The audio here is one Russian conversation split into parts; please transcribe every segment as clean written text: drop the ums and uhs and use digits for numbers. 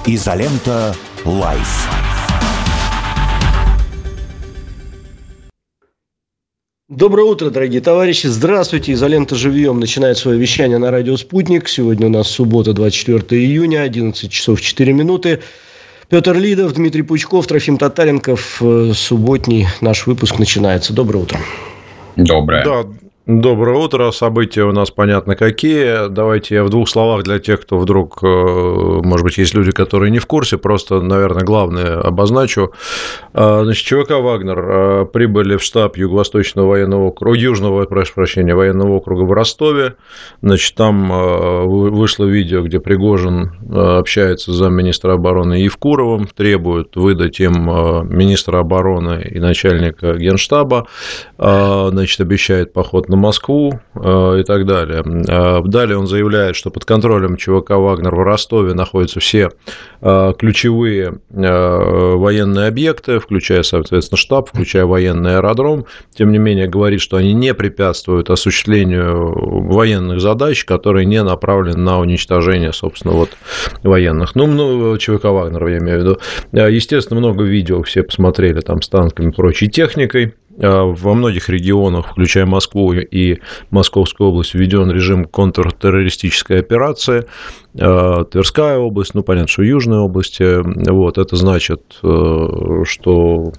Изолента Лайф. Доброе утро, дорогие товарищи. Здравствуйте. Изолента живьем начинает свое вещание на радио «Спутник». Сегодня у нас суббота, 24 июня, 11 часов 4 минуты. Петр Лидов, Дмитрий Пучков, Трофим Татаренков. Субботний наш выпуск начинается. Доброе утро. Доброе. Да, доброе утро. События у нас понятно какие. Давайте я в двух словах для тех, кто вдруг, может быть, есть люди, которые не в курсе, просто, наверное, главное обозначу. Значит, ЧВК «Вагнер» прибыли в штаб Юго-Восточного военного округа, Южного, военного округа в Ростове. Значит, там вышло видео, где Пригожин общается с замминистра обороны Евкуровым, требует выдать им министра обороны и начальника Генштаба, значит, обещает поход на Москву и так далее. Далее он заявляет, что под контролем ЧВК «Вагнер» в Ростове находятся все ключевые военные объекты, включая, соответственно, штаб, включая военный аэродром. Тем не менее, говорит, что они не препятствуют осуществлению военных задач, которые не направлены на уничтожение, собственно, вот, военных. Ну, ЧВК «Вагнер», я имею в виду. Естественно, много видео все посмотрели там с танками и прочей техникой. Во многих регионах, включая Москву и Московскую область, введен режим контртеррористической операции. Тверская область, ну, понятно, что Южная область. Вот, это значит, что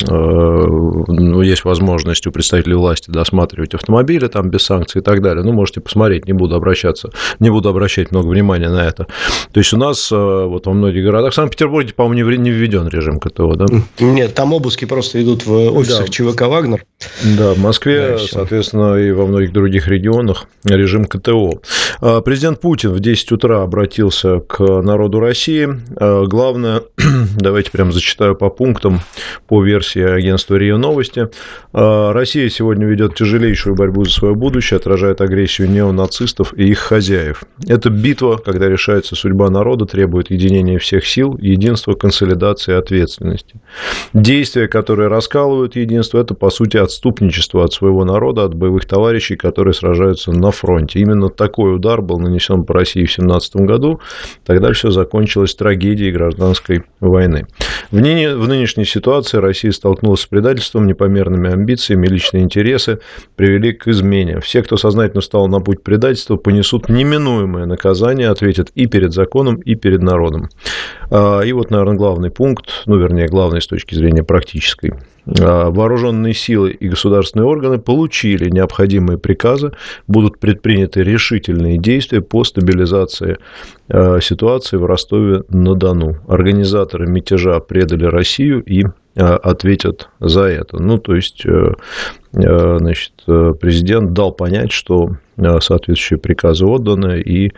есть возможность у представителей власти досматривать автомобили там без санкций и так далее. Ну, можете посмотреть, не буду обращать много внимания на это. То есть у нас вот во многих городах, в Санкт-Петербурге, по-моему, не введен режим КТО, да? Нет, там обыски просто идут в офисах, да, ЧВК «Вагнер». Да, в Москве, да, соответственно, и во многих других регионах режим КТО. Президент Путин в 10 утра обратился к народу России. Главное, давайте прям зачитаю по пунктам, по версии агентства РИА Новости. Россия сегодня ведет тяжелейшую борьбу за свое будущее, отражает агрессию неонацистов и их хозяев. Это битва, когда решается судьба народа, требует единения всех сил, единства, консолидации и ответственности. Действия, которые раскалывают единство, это, по сути, отступничество от своего народа, от боевых товарищей, которые сражаются на фронте. Именно такой удар был нанесен по России в 2017 году. Тогда все закончилось трагедией гражданской войны. В нынешней ситуации Россия столкнулась с предательством, непомерными амбициями, личные интересы привели к измене. Все, кто сознательно встал на путь предательства, понесут неминуемое наказание, ответят и перед законом, и перед народом. И вот, наверное, главный пункт, главный с точки зрения практической. Вооруженные силы и государственные органы получили необходимые приказы, будут предприняты решительные действия по стабилизации ситуации в Ростове-на-Дону. Организаторы мятежа предали Россию и ответят за это. Ну, то есть, значит, президент дал понять, что соответствующие приказы отданы, и,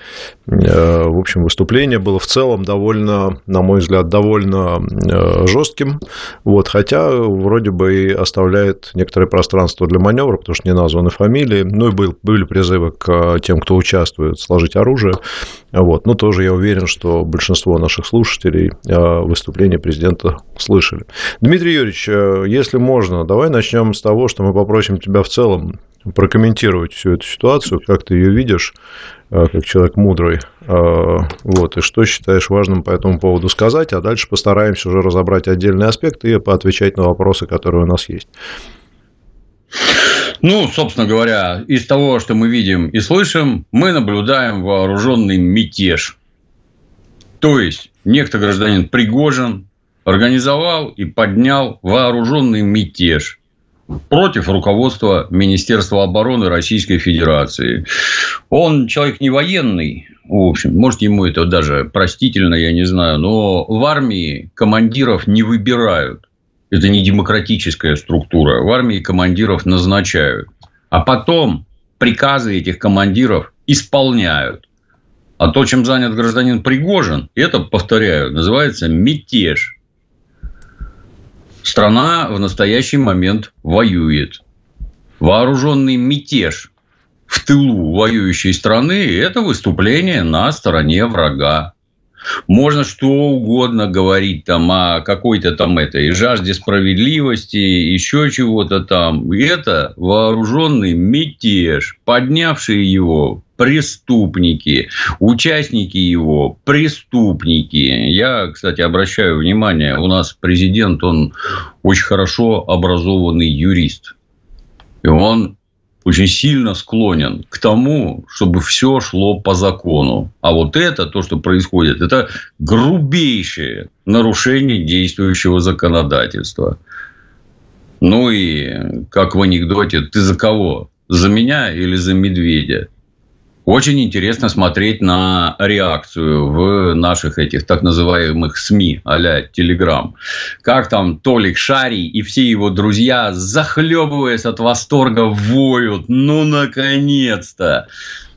в общем, выступление было в целом довольно, на мой взгляд, довольно жестким, вот, хотя вроде бы и оставляет некоторое пространство для маневра, потому что не названы фамилии, ну, и были призывы к тем, кто участвует, сложить оружие, вот, но тоже я уверен, что большинство наших слушателей выступление президента слышали. Дмитрий Юрьевич, если можно, давай начнем с того, что мы попросим тебя в целом прокомментировать всю эту ситуацию, как ты ее видишь, как человек мудрый, вот, и что считаешь важным по этому поводу сказать, а дальше постараемся уже разобрать отдельные аспекты и поотвечать на вопросы, которые у нас есть. Ну, собственно говоря, из того, что мы видим и слышим, мы наблюдаем вооруженный мятеж. То есть, некто гражданин Пригожин организовал и поднял вооруженный мятеж против руководства Министерства обороны Российской Федерации. Он человек не военный, в общем, может, ему это даже простительно, я не знаю, но в армии командиров не выбирают. Это не демократическая структура. В армии командиров назначают. А потом приказы этих командиров исполняют. А то, чем занят гражданин Пригожин, это, повторяю, называется мятеж. Страна в настоящий момент воюет. Вооруженный мятеж в тылу воюющей страны – это выступление на стороне врага. Можно что угодно говорить там о какой-то там этой жажде справедливости, еще чего-то там. И это вооруженный мятеж, поднявшие его преступники, участники его преступники. Я, кстати, обращаю внимание, у нас президент, он очень хорошо образованный юрист. И он очень сильно склонен к тому, чтобы все шло по закону. А вот это, то, что происходит, это грубейшее нарушение действующего законодательства. Ну и, как в анекдоте, ты за кого? За меня или за медведя? Очень интересно смотреть на реакцию в наших этих так называемых СМИ а-ля Телеграм. Как там Толик Шарий и все его друзья, захлебываясь от восторга, воют. Ну, наконец-то!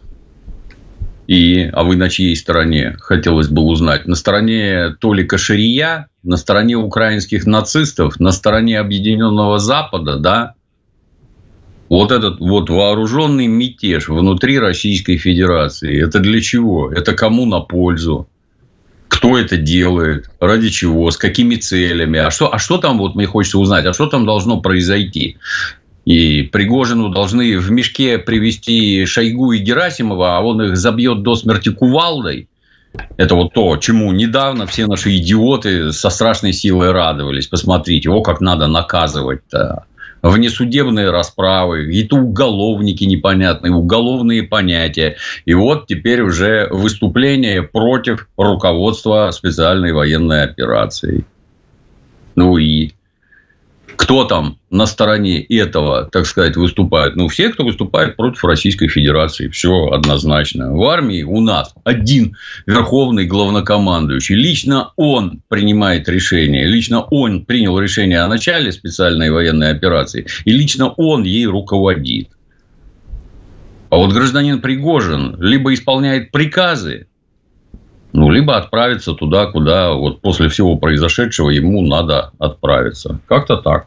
А вы на чьей стороне? Хотелось бы узнать. На стороне Толика Шария? На стороне украинских нацистов? На стороне Объединенного Запада? Да? Вот этот вот вооруженный мятеж внутри Российской Федерации. Это для чего? Это кому на пользу? Кто это делает? Ради чего? С какими целями? А что там, вот мне хочется узнать, а что там должно произойти? И Пригожину должны в мешке привезти Шойгу и Герасимова, а он их забьет до смерти кувалдой. Это вот то, чему недавно все наши идиоты со страшной силой радовались. Посмотрите, как надо наказывать-то. Внесудебные расправы, какие-то уголовники непонятные, уголовные понятия. И вот теперь уже выступление против руководства специальной военной операции. Ну и кто там на стороне этого, так сказать, выступает? Ну, все, кто выступает против Российской Федерации. Все однозначно. В армии у нас один верховный главнокомандующий. Лично он принимает решение. Лично он принял решение о начале специальной военной операции. И лично он ей руководит. А вот гражданин Пригожин либо исполняет приказы, либо отправиться туда, куда вот после всего произошедшего ему надо отправиться. Как-то так.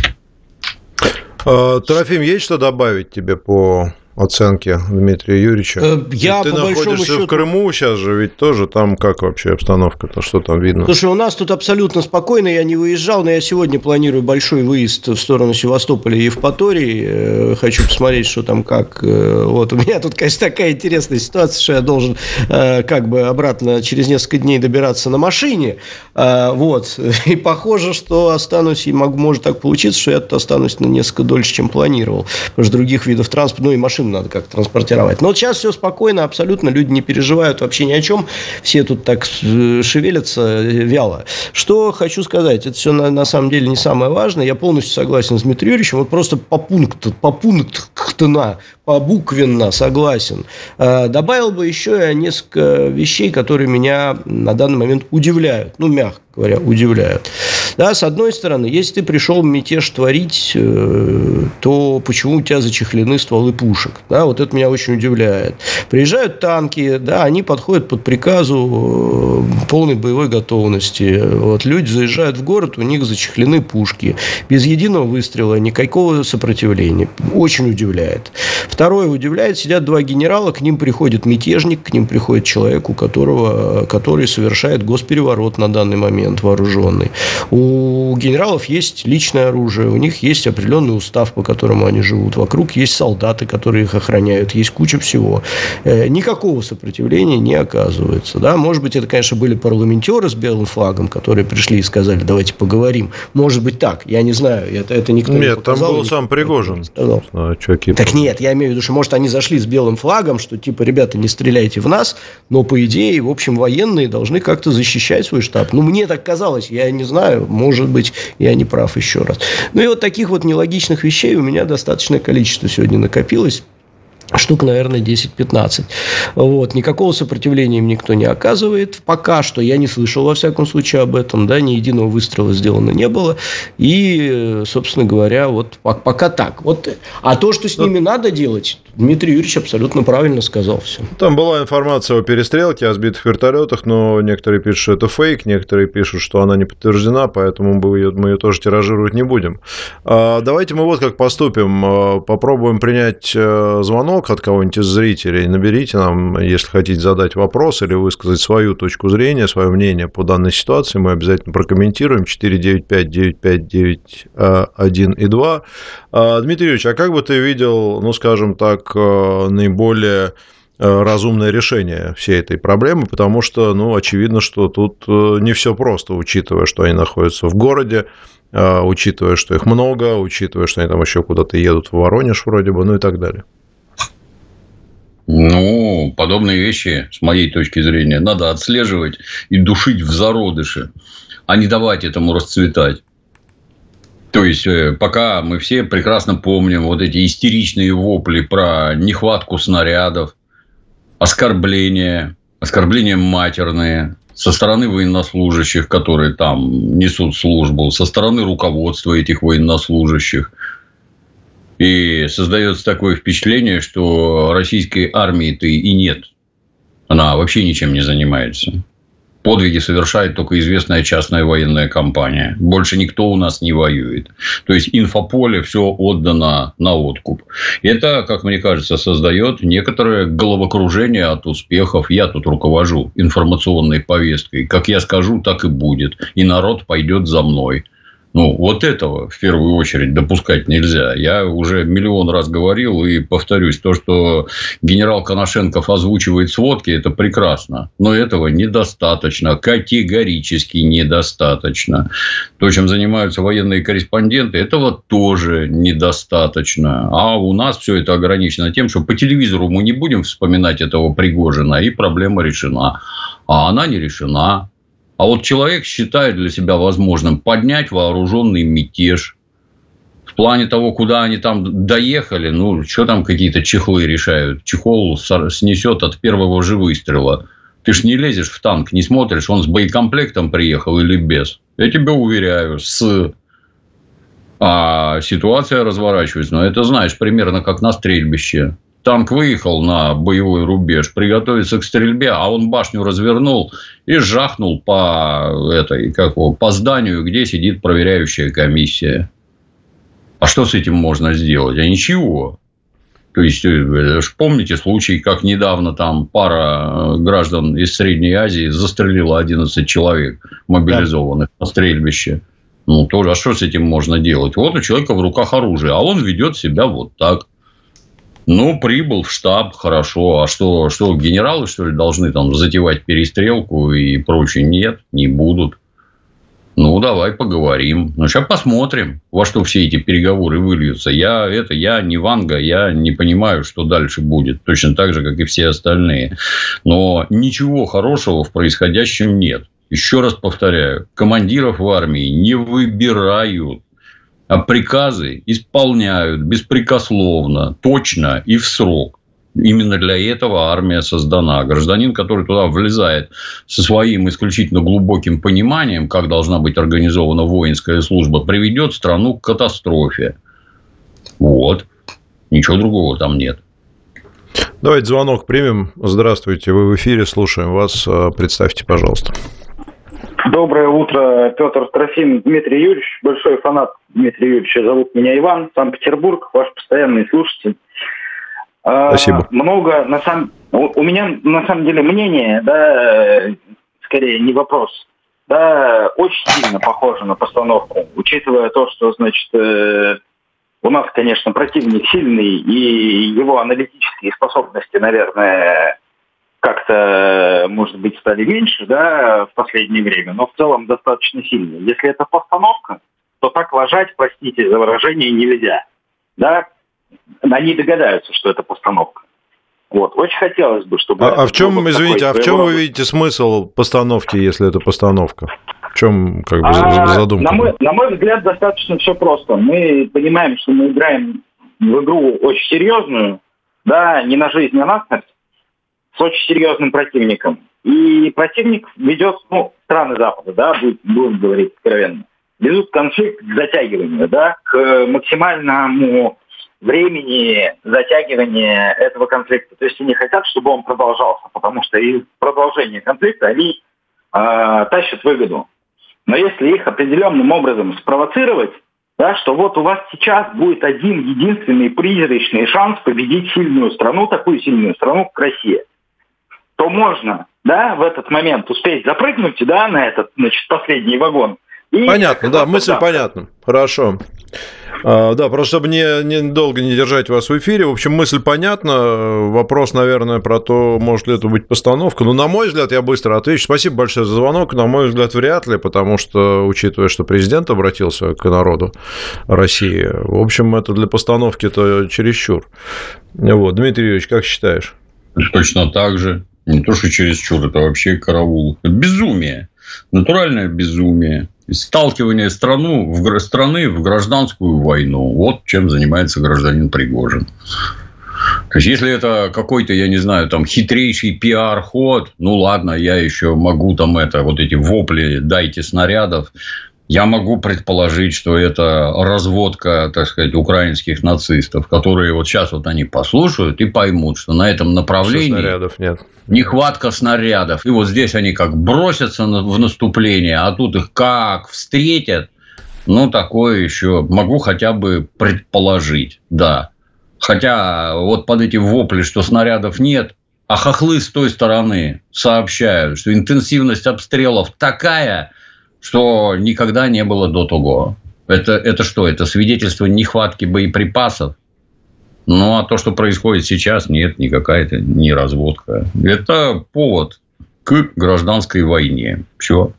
Трофим, есть что добавить тебе по оценке Дмитрия Юрьевича? Ты находишься в Крыму сейчас же, ведь тоже там как вообще обстановка-то, что там видно? Слушай, у нас тут абсолютно спокойно, я не выезжал, но я сегодня планирую большой выезд в сторону Севастополя и Евпатории, хочу посмотреть, что там как. Вот у меня тут, конечно, такая интересная ситуация, что я должен как бы обратно через несколько дней добираться на машине, вот, и похоже, что останусь, и может так получиться, что я тут останусь на несколько дольше, чем планировал, потому что других видов транспорта, и машин надо как-то транспортировать. Но вот сейчас все спокойно, абсолютно, люди не переживают вообще ни о чем, все тут так шевелятся вяло. Что хочу сказать, это все на самом деле не самое важное, я полностью согласен с Дмитрием Юрьевичем, вот просто побуквенно согласен. Добавил бы еще несколько вещей, которые меня на данный момент удивляют, мягко говоря, удивляют. Да, с одной стороны, если ты пришел мятеж творить, то почему у тебя зачехлены стволы пушек? Да, вот это меня очень удивляет. Приезжают танки, да, они подходят под приказу полной боевой готовности. Вот, люди заезжают в город, у них зачехлены пушки. Без единого выстрела, никакого сопротивления. Очень удивляет. Второе удивляет, сидят два генерала, к ним приходит мятежник, к ним приходит человек, который совершает госпереворот на данный момент, вооруженный. У генералов есть личное оружие, у них есть определенный устав, по которому они живут. Вокруг есть солдаты, которые их охраняют, есть куча всего. Никакого сопротивления не оказывается. Да? Может быть, это, конечно, были парламентеры с белым флагом, которые пришли и сказали, давайте поговорим. Может быть, так. Я не знаю. Это никто не показал. Там был сам Пригожин. Так нет, я имею в виду, что, может, они зашли с белым флагом, что, типа, ребята, не стреляйте в нас, но, по идее, в общем, военные должны как-то защищать свой штаб. Мне так казалось, я не знаю, может быть, я не прав еще раз. И вот таких вот нелогичных вещей у меня достаточное количество сегодня накопилось. Штук, наверное, 10-15. Вот. Никакого сопротивления им никто не оказывает. Пока что я не слышал, во всяком случае, об этом. Да? Ни единого выстрела сделано не было. И, собственно говоря, вот пока так. Вот. А то, что с ними надо делать, Дмитрий Юрьевич абсолютно правильно сказал все. Там была информация о перестрелке, о сбитых вертолетах, но некоторые пишут, что это фейк, некоторые пишут, что она не подтверждена, поэтому мы ее тоже тиражировать не будем. Давайте мы вот как поступим. Попробуем принять звонок. рассылках от кого-нибудь из зрителей. Наберите нам, если хотите задать вопрос или высказать свою точку зрения, свое мнение по данной ситуации. Мы обязательно прокомментируем. 495-95-91 и 2. Дмитрий Юрьевич, а как бы ты видел, ну, скажем так, наиболее разумное решение всей этой проблемы, потому что, ну, очевидно, что тут не все просто, учитывая, что они находятся в городе, учитывая, что их много, учитывая, что они там еще куда-то едут в Воронеж вроде бы, ну и так далее. Ну, подобные вещи, с моей точки зрения, надо отслеживать и душить в зародыше, а не давать этому расцветать. То есть, пока мы все прекрасно помним вот эти истеричные вопли про нехватку снарядов, оскорбления матерные со стороны военнослужащих, которые там несут службу, со стороны руководства этих военнослужащих. И создается такое впечатление, что российской армии-то и нет. Она вообще ничем не занимается. Подвиги совершает только известная частная военная компания. Больше никто у нас не воюет. То есть, инфополе все отдано на откуп. Это, как мне кажется, создает некоторое головокружение от успехов. Я тут руковожу информационной повесткой. Как я скажу, так и будет. И народ пойдет за мной. Ну, вот этого в первую очередь допускать нельзя. Я уже миллион раз говорил и повторюсь. То, что генерал Коношенков озвучивает сводки, это прекрасно. Но этого недостаточно. Категорически недостаточно. То, чем занимаются военные корреспонденты, этого тоже недостаточно. А у нас все это ограничено тем, что по телевизору мы не будем вспоминать этого Пригожина, и проблема решена. А она не решена. А вот человек считает для себя возможным поднять вооруженный мятеж. В плане того, куда они там доехали, ну, что там какие-то чехлы решают. Чехол снесет от первого же выстрела. Ты ж не лезешь в танк, не смотришь, он с боекомплектом приехал или без. Я тебя уверяю, А ситуация разворачивается. Но это знаешь, примерно как на стрельбище. Танк выехал на боевой рубеж, приготовиться к стрельбе, а он башню развернул и жахнул по зданию, где сидит проверяющая комиссия. А что с этим можно сделать? А ничего. То есть, помните случай, как недавно там пара граждан из Средней Азии застрелила 11 человек мобилизованных на стрельбище. Ну, тоже, а что с этим можно делать? Вот у человека в руках оружие, а он ведет себя вот так. Ну, прибыл в штаб, хорошо. А что, генералы, что ли, должны там затевать перестрелку и прочее? Нет, не будут. Ну, давай поговорим. Ну, сейчас посмотрим, во что все эти переговоры выльются. Я не Ванга, я не понимаю, что дальше будет. Точно так же, как и все остальные. Но ничего хорошего в происходящем нет. Еще раз повторяю, командиров в армии не выбирают. А приказы исполняют беспрекословно, точно и в срок. Именно для этого армия создана. Гражданин, который туда влезает со своим исключительно глубоким пониманием, как должна быть организована воинская служба, приведет страну к катастрофе. Вот. Ничего другого там нет. Давайте звонок примем. Здравствуйте, вы в эфире, слушаем вас. Представьте, пожалуйста. Доброе утро, Петр Трофим, Дмитрий Юрьевич, большой фанат Дмитрия Юрьевича, зовут меня Иван, Санкт-Петербург, ваш постоянный слушатель. Спасибо. У меня на самом деле мнение, да, скорее не вопрос, да, очень сильно похоже на постановку, учитывая то, что, значит, у нас, конечно, противник сильный, и его аналитические способности, наверное, как-то, может быть, стали меньше, да, в последнее время, но в целом достаточно сильные. Если это постановка, то так лажать, простите за выражение, нельзя. Да, они догадаются, что это постановка. Вот, очень хотелось бы, чтобы... в чем, извините, в чем вы видите смысл постановки, если это постановка? В чем, как бы, задумка? На мой взгляд, достаточно все просто. Мы понимаем, что мы играем в игру очень серьезную, да, не на жизнь, а на смерть, с очень серьезным противником. И противник ведет, страны Запада, да, будем говорить откровенно, ведут конфликт к затягиванию, да, к максимальному времени затягивания этого конфликта. То есть они хотят, чтобы он продолжался, потому что из продолжения конфликта они тащат выгоду. Но если их определенным образом спровоцировать, да, что вот у вас сейчас будет один единственный призрачный шанс победить сильную страну, такую сильную страну, как Россия, то можно, да, в этот момент успеть запрыгнуть, да, на этот, значит, последний вагон. И понятно, да, мысль понятна. Хорошо. Да, просто чтобы долго не держать вас в эфире. В общем, мысль понятна. Вопрос, наверное, про то, может ли это быть постановка. Ну, на мой взгляд, я быстро отвечу. Спасибо большое за звонок. На мой взгляд, вряд ли, потому что, учитывая, что президент обратился к народу России, в общем, это для постановки-то чересчур. Вот. Дмитрий Юрьевич, как считаешь? Точно так же. Не то, что чересчур, это вообще караул. Это безумие. Натуральное безумие. Сталкивание страны в гражданскую войну. Вот чем занимается гражданин Пригожин. То есть, если это какой-то, я не знаю, там хитрейший пиар-ход, ну ладно, я еще могу там вот эти вопли «дайте снарядов», я могу предположить, что это разводка, так сказать, украинских нацистов, которые вот сейчас вот они послушают и поймут, что на этом направлении снарядов нет. Нехватка снарядов. И вот здесь они как бросятся в наступление, а тут их как встретят. Ну, такое еще могу хотя бы предположить, да. Хотя вот под эти вопли, что снарядов нет, а хохлы с той стороны сообщают, что интенсивность обстрелов такая, что никогда не было до того. Это что? Это свидетельство нехватки боеприпасов? Ну, а то, что происходит сейчас, нет, никакая это не разводка. Это повод к гражданской войне. Все.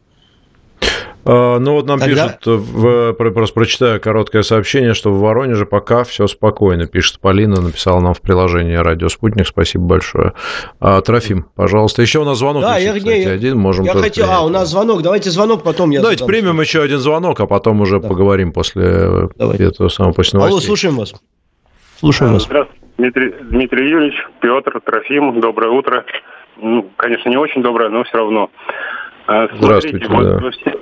Ну, вот нам пишут, просто прочитаю короткое сообщение, что в Воронеже пока все спокойно. Пишет Полина, написала нам в приложении «Радио Спутник». Спасибо большое. Трофим, пожалуйста. Еще у нас звонок. Да, один, можем я хотел... у нас звонок. Давайте звонок, потом я давайте примем еще один звонок, а потом уже поговорим после этого самого, после новостей. Алло, слушаем вас. Слушаем вас. Здравствуйте, Дмитрий Юрьевич, Петр, Трофим. Доброе утро. Ну, конечно, не очень доброе, но все равно. Здравствуйте. Смотрите,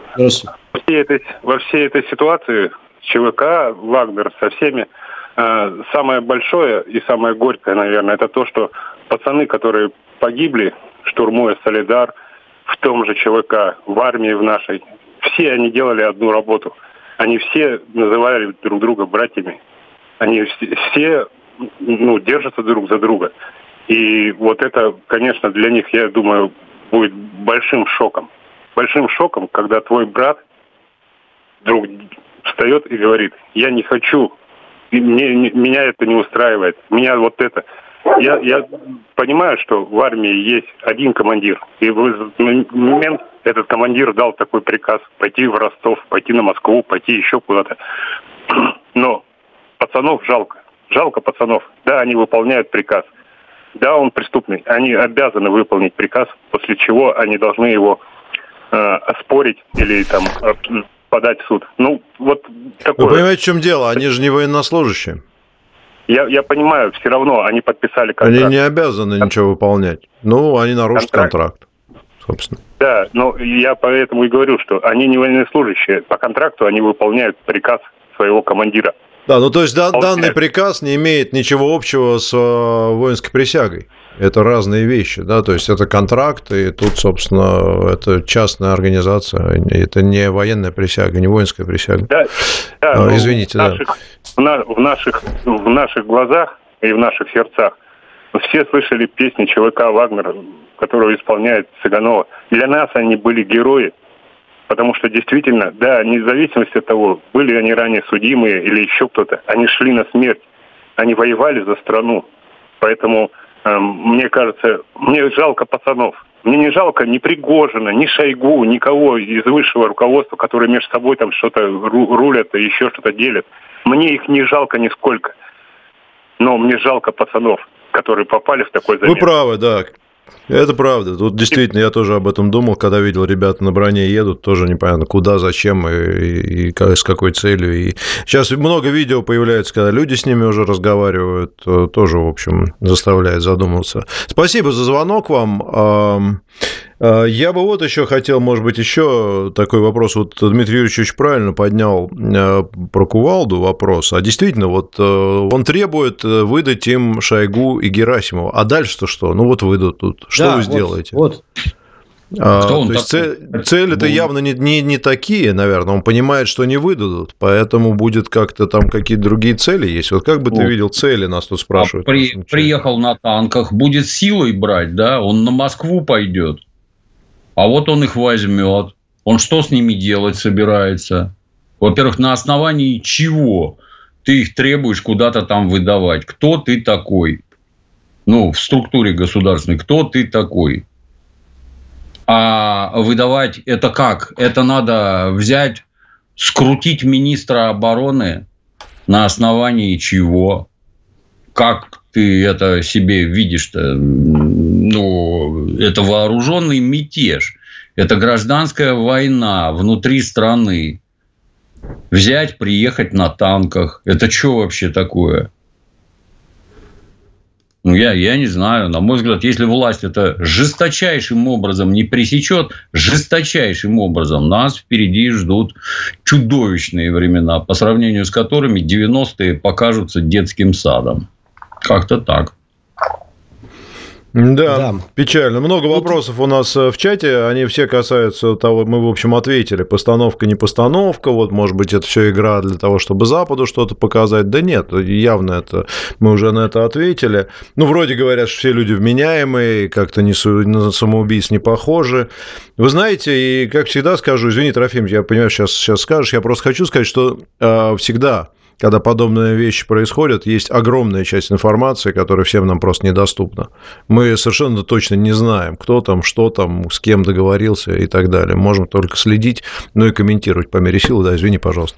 во всей этой ситуации с ЧВК, Вагнер, со всеми, самое большое и самое горькое, наверное, это то, что пацаны, которые погибли, штурмуя Солидар, в том же ЧВК, в армии в нашей, все они делали одну работу. Они все называли друг друга братьями. Они все держатся друг за друга. И вот это, конечно, для них, я думаю, будет большим шоком. Большим шоком, когда твой брат вдруг встает и говорит: я не хочу, меня это не устраивает, меня вот это. Я понимаю, что в армии есть один командир. И в этот момент этот командир дал такой приказ: пойти в Ростов, пойти на Москву, пойти еще куда-то. Но пацанов жалко. Жалко пацанов. Да, они выполняют приказ. Да, он преступный. Они обязаны выполнить приказ, после чего они должны его оспорить или там подать в суд. Ну, вот такое. Вы понимаете, в чем дело? Они же не военнослужащие. Я понимаю, все равно они подписали контракт. Они не обязаны ничего выполнять. Ну, они нарушат контракт, собственно. Да, но я поэтому и говорю, что они не военнослужащие. По контракту они выполняют приказ своего командира. Да, ну то есть данный приказ не имеет ничего общего с воинской присягой. Это разные вещи, да, то есть это контракт, и тут, собственно, это частная организация, это не военная присяга, не воинская присяга. Да, извините, в наших глазах и в наших сердцах все слышали песни ЧВК «Вагнер», которую исполняет Цыганова. Для нас они были герои. Потому что действительно, да, вне зависимости от того, были они ранее судимые или еще кто-то, они шли на смерть, они воевали за страну. Поэтому, мне кажется, мне жалко пацанов. Мне не жалко ни Пригожина, ни Шойгу, никого из высшего руководства, которые между собой там что-то рулят и еще что-то делят. Мне их не жалко нисколько. Но мне жалко пацанов, которые попали в такой замес. Вы правы, да. Это правда. Тут действительно я тоже об этом думал, когда видел, ребята на броне едут, тоже непонятно куда, зачем и с какой целью. И сейчас много видео появляется, когда люди с ними уже разговаривают, тоже, в общем, заставляет задуматься. Спасибо за звонок вам. Я бы вот еще хотел, может быть, еще такой вопрос. Вот Дмитрий Юрьевич очень правильно поднял про кувалду вопрос. А действительно, вот он требует выдать им Шойгу и Герасимова. А дальше-то что? Ну, вот выйдут тут. Что вы сделаете? То есть цели-то явно не такие, наверное. Он понимает, что не выдадут, поэтому будет как-то там какие-то другие цели есть. Вот как бы ты видел цели, нас тут спрашивают. Приехал на танках, будет силой брать, да? Он на Москву пойдет. А вот он их возьмет. Он что с ними делать собирается? Во-первых, на основании чего ты их требуешь куда-то там выдавать? Кто ты такой? В структуре государственной. Кто ты такой? А выдавать это как? Это надо взять, скрутить министра обороны на основании чего? Как ты это себе видишь-то? Это вооруженный мятеж. Это гражданская война внутри страны. Взять, приехать на танках. Это что вообще такое? Я не знаю. На мой взгляд, если власть это жесточайшим образом не пресечет, жесточайшим образом нас впереди ждут чудовищные времена, по сравнению с которыми 90-е покажутся детским садом. Как-то так. Да, печально. Много вопросов у нас в чате, они все касаются того, мы, в общем, ответили, постановка, не постановка, вот, может быть, это все игра для того, чтобы Западу что-то показать. Да нет, явно это, мы уже на это ответили. Вроде говорят, что все люди вменяемые, как-то на самоубийц не похожи. Вы знаете, и, как всегда скажу, извини, Трофим, я понимаю, сейчас скажешь, я просто хочу сказать, что всегда... Когда подобные вещи происходят, есть огромная часть информации, которая всем нам просто недоступна. Мы совершенно точно не знаем, кто там, что там, с кем договорился и так далее. Можем только следить, и комментировать по мере сил. Да, извини, пожалуйста.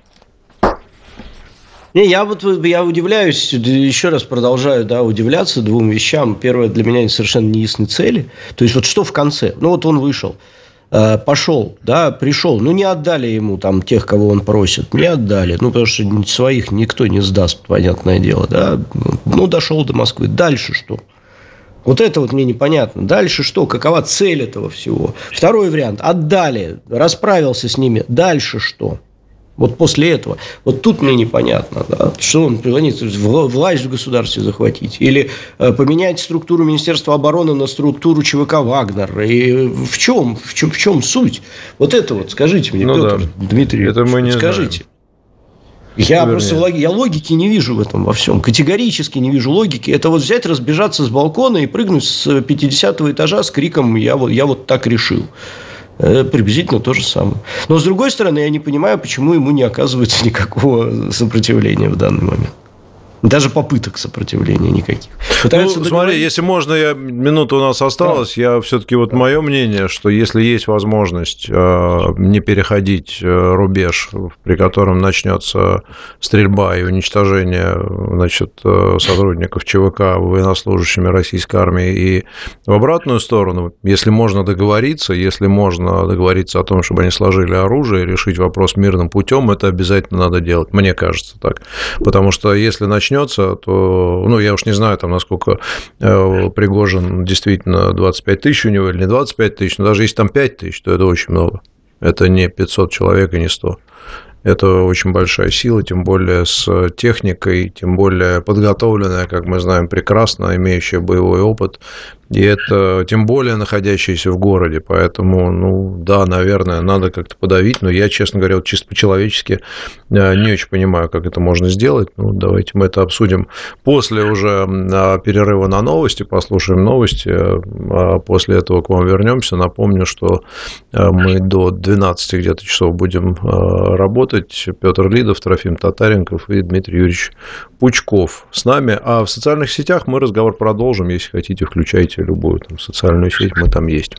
Я удивляюсь, еще раз продолжаю удивляться двум вещам. Первое, для меня совершенно неясны цели. То есть, что в конце? Он вышел. Пошел, пришел, не отдали ему там тех, кого он просит, не отдали, потому что своих никто не сдаст, понятное дело, дошел до Москвы, дальше что? Вот это мне непонятно, дальше что, какова цель этого всего? Второй вариант, отдали, расправился с ними, дальше что? Вот после этого. Вот тут мне непонятно, что он планирует власть в государстве захватить. Или поменять структуру Министерства обороны на структуру ЧВК «Вагнер». И в чем суть? Вот это скажите мне, Петр Дмитриевич. Это мы не скажите. Я логики не вижу в этом во всем. Категорически не вижу логики. Это взять, разбежаться с балкона и прыгнуть с 50-го этажа с криком «Я вот так решил». Приблизительно то же самое. Но, с другой стороны, я не понимаю, почему ему не оказывается никакого сопротивления в данный момент. Даже попыток сопротивления никаких. Смотри, если можно, минута у нас осталась, я все-таки мое мнение, что если есть возможность не переходить рубеж, при котором начнется стрельба и уничтожение, сотрудников ЧВК военнослужащими российской армии и в обратную сторону, если можно договориться о том, чтобы они сложили оружие и решить вопрос мирным путем, это обязательно надо делать, мне кажется так. Потому что если начнется, то, я уж не знаю, насколько Пригожин действительно 25 тысяч у него или не 25 тысяч, но даже если там 5 тысяч, то это очень много. Это не 500 человек и не 100. Это очень большая сила, тем более с техникой, тем более подготовленная, как мы знаем, прекрасно, имеющая боевой опыт. И это тем более находящиеся в городе. Поэтому, наверное, надо как-то подавить. Но я, честно говоря, чисто по-человечески не очень понимаю, как это можно сделать. Давайте мы это обсудим после уже перерыва на новости, послушаем новости. А после этого к вам вернемся. Напомню, что мы до 12 где-то часов будем работать. Петр Лидов, Трофим Татаренков и Дмитрий Юрьевич Пучков с нами. А в социальных сетях мы разговор продолжим. Если хотите, включайте любую социальную сеть, мы там есть.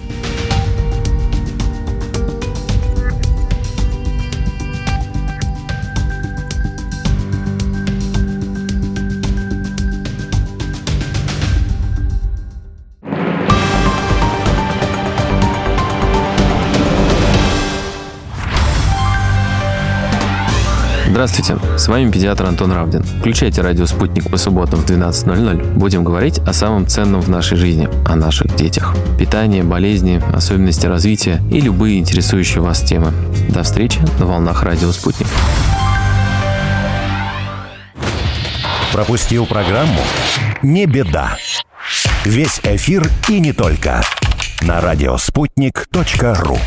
Здравствуйте, с вами педиатр Антон Равдин. Включайте радио «Спутник» по субботам в 12:00. Будем говорить о самом ценном в нашей жизни, о наших детях. Питание, болезни, особенности развития и любые интересующие вас темы. До встречи на волнах радио «Спутник». Пропустил программу? Не беда. Весь эфир и не только. на радиоспутник.ру.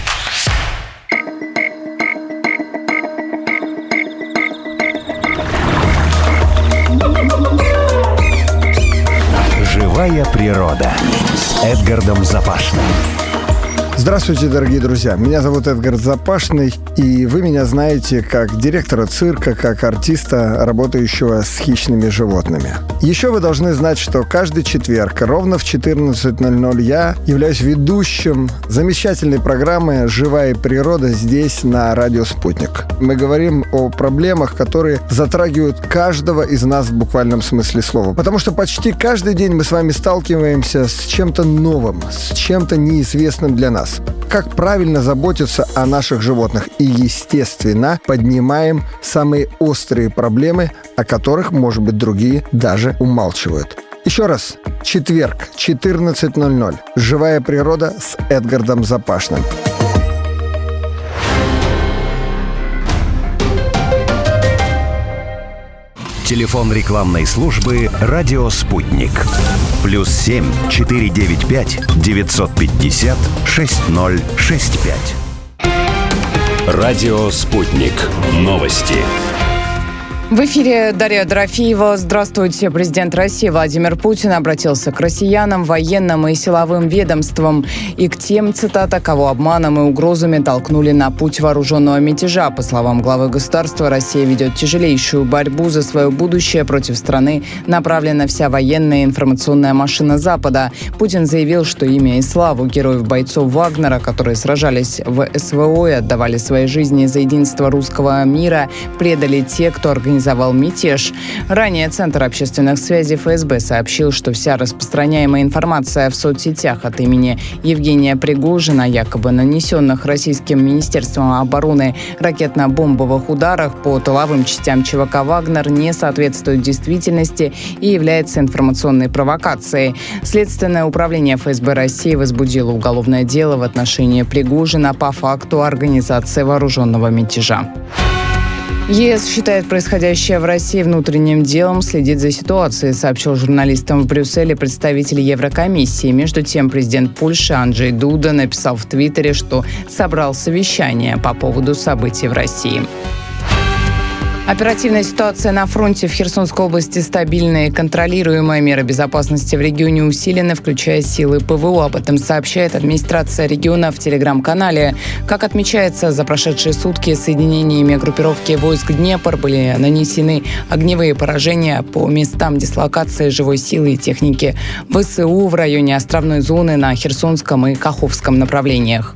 Живая природа с Эдгардом Запашным. Здравствуйте, дорогие друзья. Меня зовут Эдгард Запашный, и вы меня знаете как директора цирка, как артиста, работающего с хищными животными. Еще вы должны знать, что каждый четверг ровно в 14:00 я являюсь ведущим замечательной программы «Живая природа» здесь, на радио «Спутник». Мы говорим о проблемах, которые затрагивают каждого из нас в буквальном смысле слова. Потому что почти каждый день мы с вами сталкиваемся с чем-то новым, с чем-то неизвестным для нас. Как правильно заботиться о наших животных и, естественно, поднимаем самые острые проблемы, о которых, может быть, другие даже умалчивают. Еще раз, четверг, 14:00. «Живая природа» с Эдгардом Запашным. Телефон рекламной службы «Радио Спутник». +7 495 950 6065. Радио Спутник. Новости. В эфире Дарья Дорофеева. Здравствуйте. Президент России Владимир Путин обратился к россиянам, военным и силовым ведомствам и к тем, цитата, кого обманом и угрозами толкнули на путь вооруженного мятежа. По словам главы государства, Россия ведет тяжелейшую борьбу за свое будущее. Против страны направлена вся военная и информационная машина Запада. Путин заявил, что имя и славу героев-бойцов Вагнера, которые сражались в СВО и отдавали свои жизни за единство русского мира, предали те, кто организовал мятеж. Ранее Центр общественных связей ФСБ сообщил, что вся распространяемая информация в соцсетях от имени Евгения Пригожина о якобы нанесенных российским Министерством обороны ракетно-бомбовых ударах по тыловым частям ЧВК «Вагнер» не соответствует действительности и является информационной провокацией. Следственное управление ФСБ России возбудило уголовное дело в отношении Пригожина по факту организации вооруженного мятежа. ЕС считает происходящее в России внутренним делом, следит за ситуацией, сообщил журналистам в Брюсселе представитель Еврокомиссии. Между тем, президент Польши Анджей Дуда написал в Твиттере, что собрал совещание по поводу событий в России. Оперативная ситуация на фронте в Херсонской области стабильная и контролируемая. Меры безопасности в регионе усилены, включая силы ПВО. Об этом сообщает администрация региона в телеграм-канале. Как отмечается, за прошедшие сутки соединениями группировки войск Днепр были нанесены огневые поражения по местам дислокации живой силы и техники ВСУ в районе островной зоны на Херсонском и Каховском направлениях.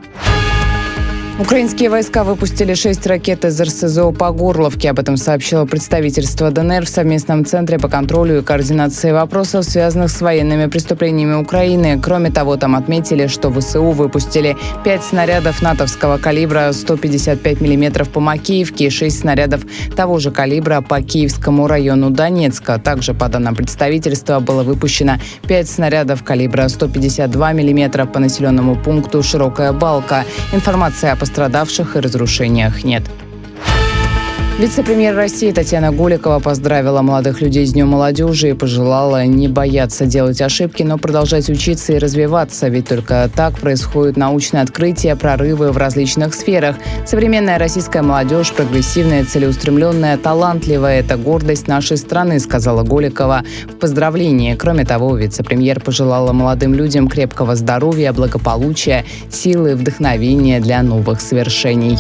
Украинские войска выпустили 6 ракет из РСЗО по Горловке. Об этом сообщило представительство ДНР в совместном центре по контролю и координации вопросов, связанных с военными преступлениями Украины. Кроме того, там отметили, что ВСУ выпустили 5 снарядов натовского калибра 155 мм по Макеевке и 6 снарядов того же калибра по Киевскому району Донецка. Также, по данным представительства, было выпущено 5 снарядов калибра 152 мм по населенному пункту Широкая Балка. Информация о пострадавших и разрушениях нет. Вице-премьер России Татьяна Голикова поздравила молодых людей с Днем молодежи и пожелала не бояться делать ошибки, но продолжать учиться и развиваться, ведь только так происходят научные открытия, прорывы в различных сферах. Современная российская молодежь прогрессивная, целеустремленная, талантливая – это гордость нашей страны, сказала Голикова в поздравлении. Кроме того, вице-премьер пожелала молодым людям крепкого здоровья, благополучия, силы и вдохновения для новых свершений.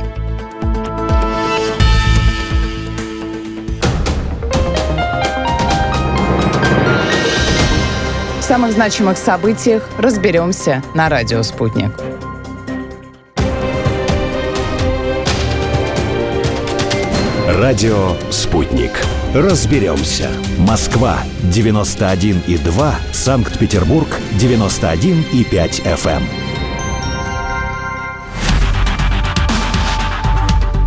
В самых значимых событиях разберемся на радио «Спутник». Радио «Спутник». Разберемся. Москва 91,2, Санкт-Петербург 91,5 FM.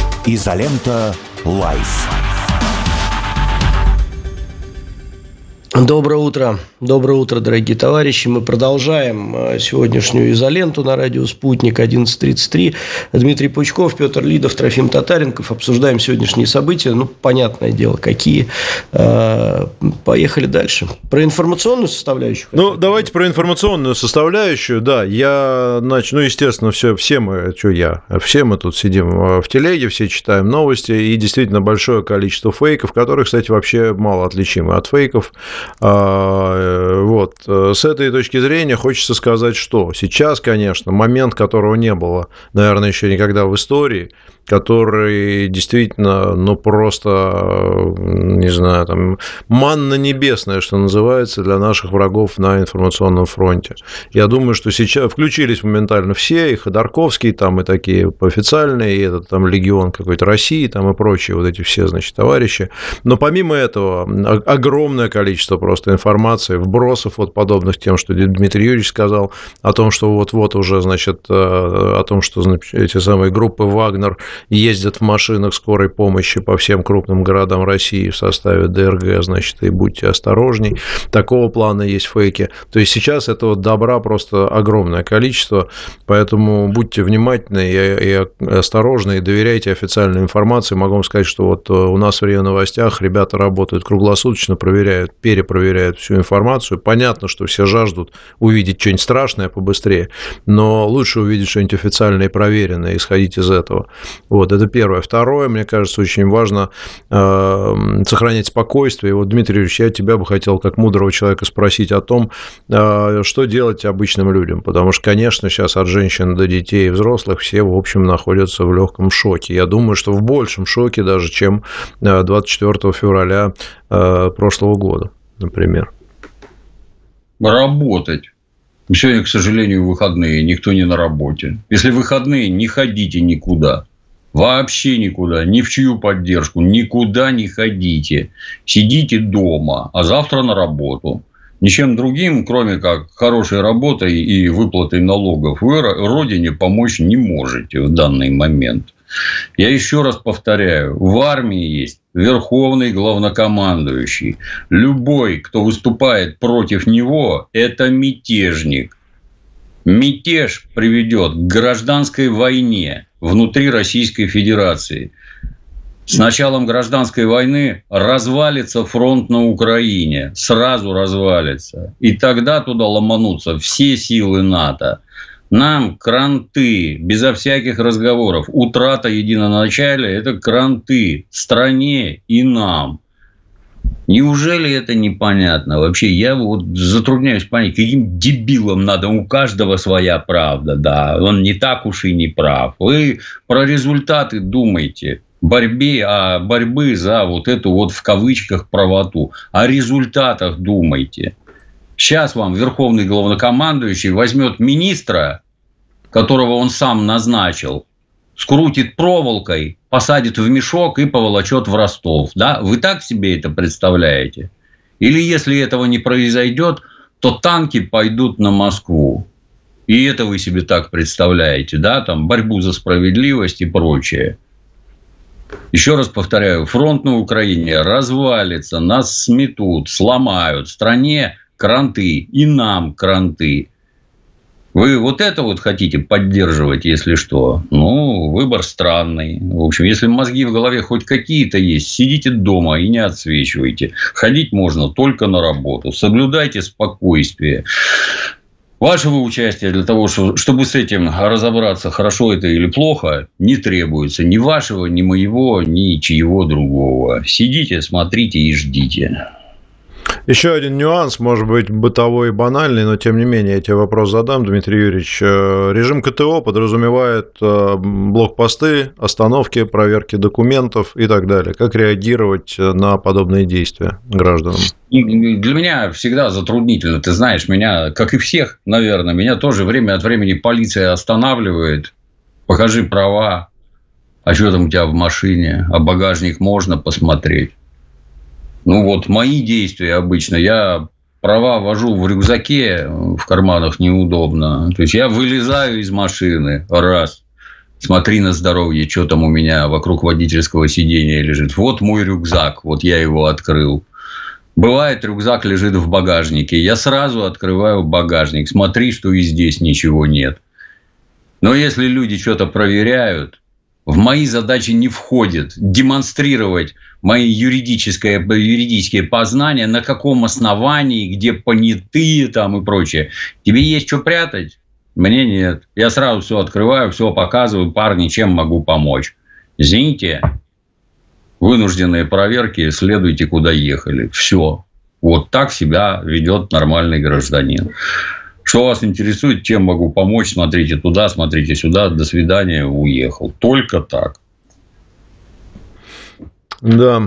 Изолента Лайф. Доброе утро, дорогие товарищи. Мы продолжаем сегодняшнюю изоленту на радио «Спутник», 11:33. Дмитрий Пучков, Петр Лидов, Трофим Татаренков. Обсуждаем сегодняшние события. Понятное дело, какие. Поехали дальше. Про информационную составляющую? Давайте про информационную составляющую. Да, я начну. Естественно, все мы тут сидим в телеге, все читаем новости. И действительно большое количество фейков, которые, кстати, вообще мало отличимы от фейков. С этой точки зрения хочется сказать, что сейчас, конечно, момент, которого не было, наверное, еще никогда в истории, который действительно, просто, не знаю, там, манна небесная, что называется, для наших врагов на информационном фронте. Я думаю, что сейчас включились моментально все, и Ходорковский, там, и такие официальные, и этот там легион какой-то России, там, и прочие вот эти все, значит, товарищи. Но помимо этого, огромное количество просто информации, вбросов вот подобных тем, что Дмитрий Юрьевич сказал, о том, что вот-вот уже, значит, о том, что, значит, эти самые группы «Вагнер» ездят в машинах скорой помощи по всем крупным городам России в составе ДРГ, значит, и будьте осторожней. Такого плана есть фейки. То есть сейчас этого добра просто огромное количество, поэтому будьте внимательны и осторожны, и доверяйте официальной информации. Могу вам сказать, что вот у нас в РИА Новостях ребята работают круглосуточно, перепроверяют всю информацию. Понятно, что все жаждут увидеть что-нибудь страшное побыстрее, но лучше увидеть что-нибудь официальное и проверенное, и исходить из этого. Это первое. Второе, мне кажется, очень важно сохранять спокойствие. И вот, Дмитрий Юрьевич, я тебя бы хотел, как мудрого человека, спросить о том, что делать обычным людям. Потому что, конечно, сейчас от женщин до детей и взрослых все, в общем, находятся в легком шоке. Я думаю, что в большем шоке даже, чем 24 февраля прошлого года, например. Работать. Сегодня, к сожалению, выходные, никто не на работе. Если выходные, не ходите никуда. Вообще никуда, ни в чью поддержку, никуда не ходите. Сидите дома, а завтра на работу. Ничем другим, кроме как хорошей работой и выплатой налогов, вы родине помочь не можете в данный момент. Я еще раз повторяю, в армии есть верховный главнокомандующий. Любой, кто выступает против него, это мятежник. Мятеж приведет к гражданской войне внутри Российской Федерации. С началом гражданской войны развалится фронт на Украине. Сразу развалится. И тогда туда ломанутся все силы НАТО. Нам кранты, безо всяких разговоров. Утрата единоначалия – это кранты стране и нам. Неужели это непонятно? Вообще, я затрудняюсь понять, каким дебилом надо, у каждого своя правда, да, он не так уж и не прав. Вы про результаты думайте, борьбы за вот эту в кавычках правоту, о результатах думайте. Сейчас вам верховный главнокомандующий возьмет министра, которого он сам назначил, скрутит проволокой, посадит в мешок и поволочет в Ростов. Да? Вы так себе это представляете? Или если этого не произойдет, то танки пойдут на Москву. И это вы себе так представляете, да? Там борьбу за справедливость и прочее. Еще раз повторяю, фронт на Украине развалится, нас сметут, сломают. Стране кранты и нам кранты. Вы вот это хотите поддерживать, если что? Выбор странный. В общем, если мозги в голове хоть какие-то есть, сидите дома и не отсвечивайте. Ходить можно только на работу. Соблюдайте спокойствие. Вашего участия для того, чтобы с этим разобраться, хорошо это или плохо, не требуется. Ни вашего, ни моего, ни чьего другого. Сидите, смотрите и ждите. Еще один нюанс, может быть, бытовой и банальный, но тем не менее я тебе вопрос задам, Дмитрий Юрьевич. Режим КТО подразумевает блокпосты, остановки, проверки документов и так далее. Как реагировать на подобные действия гражданам? Для меня всегда затруднительно. Ты знаешь, меня, как и всех, наверное, меня тоже время от времени полиция останавливает. Покажи права. А что там у тебя в машине? А багажник можно посмотреть? Мои действия обычно. Я права вожу в рюкзаке, в карманах неудобно. То есть, я вылезаю из машины, раз. Смотри на здоровье, что там у меня вокруг водительского сидения лежит. Вот мой рюкзак, вот я его открыл. Бывает, рюкзак лежит в багажнике. Я сразу открываю багажник. Смотри, что и здесь ничего нет. Но если люди что-то проверяют, в мои задачи не входит демонстрировать мои юридические познания, на каком основании, где понятые там и прочее. Тебе есть что прятать? Мне нет. Я сразу все открываю, все показываю. Парни, чем могу помочь? Извините, вынужденные проверки, следуйте, куда ехали. Все. Вот так себя ведет нормальный гражданин. Что вас интересует, чем могу помочь? Смотрите туда, смотрите сюда. До свидания, уехал. Только так. Да.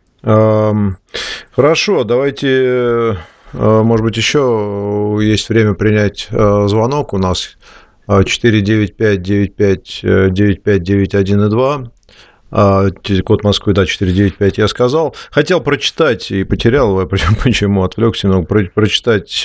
Хорошо, давайте, может быть, еще есть время принять звонок. У нас 495-95-95-91-2. Код Москвы, да, 495 я сказал. Хотел прочитать и потерял, почему отвлекся немного, прочитать...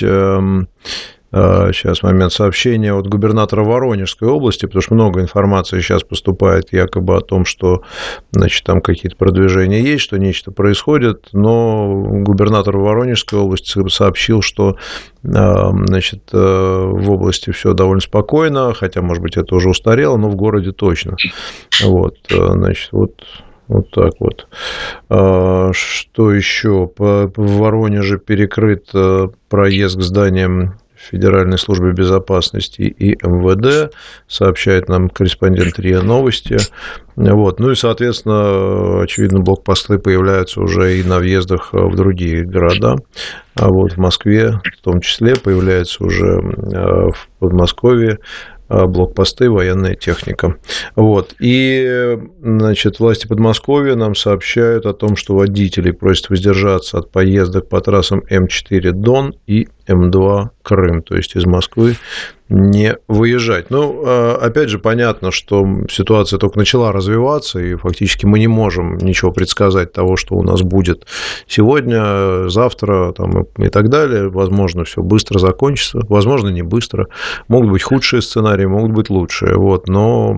Сейчас момент сообщения от губернатора Воронежской области, потому что много информации сейчас поступает якобы о том, что, значит, там какие-то продвижения есть, что нечто происходит, но губернатор Воронежской области сообщил, что, значит, в области все довольно спокойно, хотя, может быть, это уже устарело, но в городе точно. Вот, значит, вот так вот. Что еще? В Воронеже перекрыт проезд к зданиям Федеральной службы безопасности и МВД, сообщает нам корреспондент РИА Новости. Вот. Ну и, соответственно, очевидно, блокпосты появляются уже и на въездах в другие города. А вот в Москве в том числе появляется уже в Подмосковье блокпосты, военная техника. Вот. И, значит, власти Подмосковья нам сообщают о том, что водителей просят воздержаться от поездок по трассам М4 Дон и М2 Крым, то есть из Москвы не выезжать. Ну, опять же, понятно, что ситуация только начала развиваться, и фактически мы не можем ничего предсказать того, что у нас будет сегодня, завтра там, и так далее. Возможно, все быстро закончится, возможно, не быстро. Могут быть худшие сценарии, могут быть лучшие. Вот. Но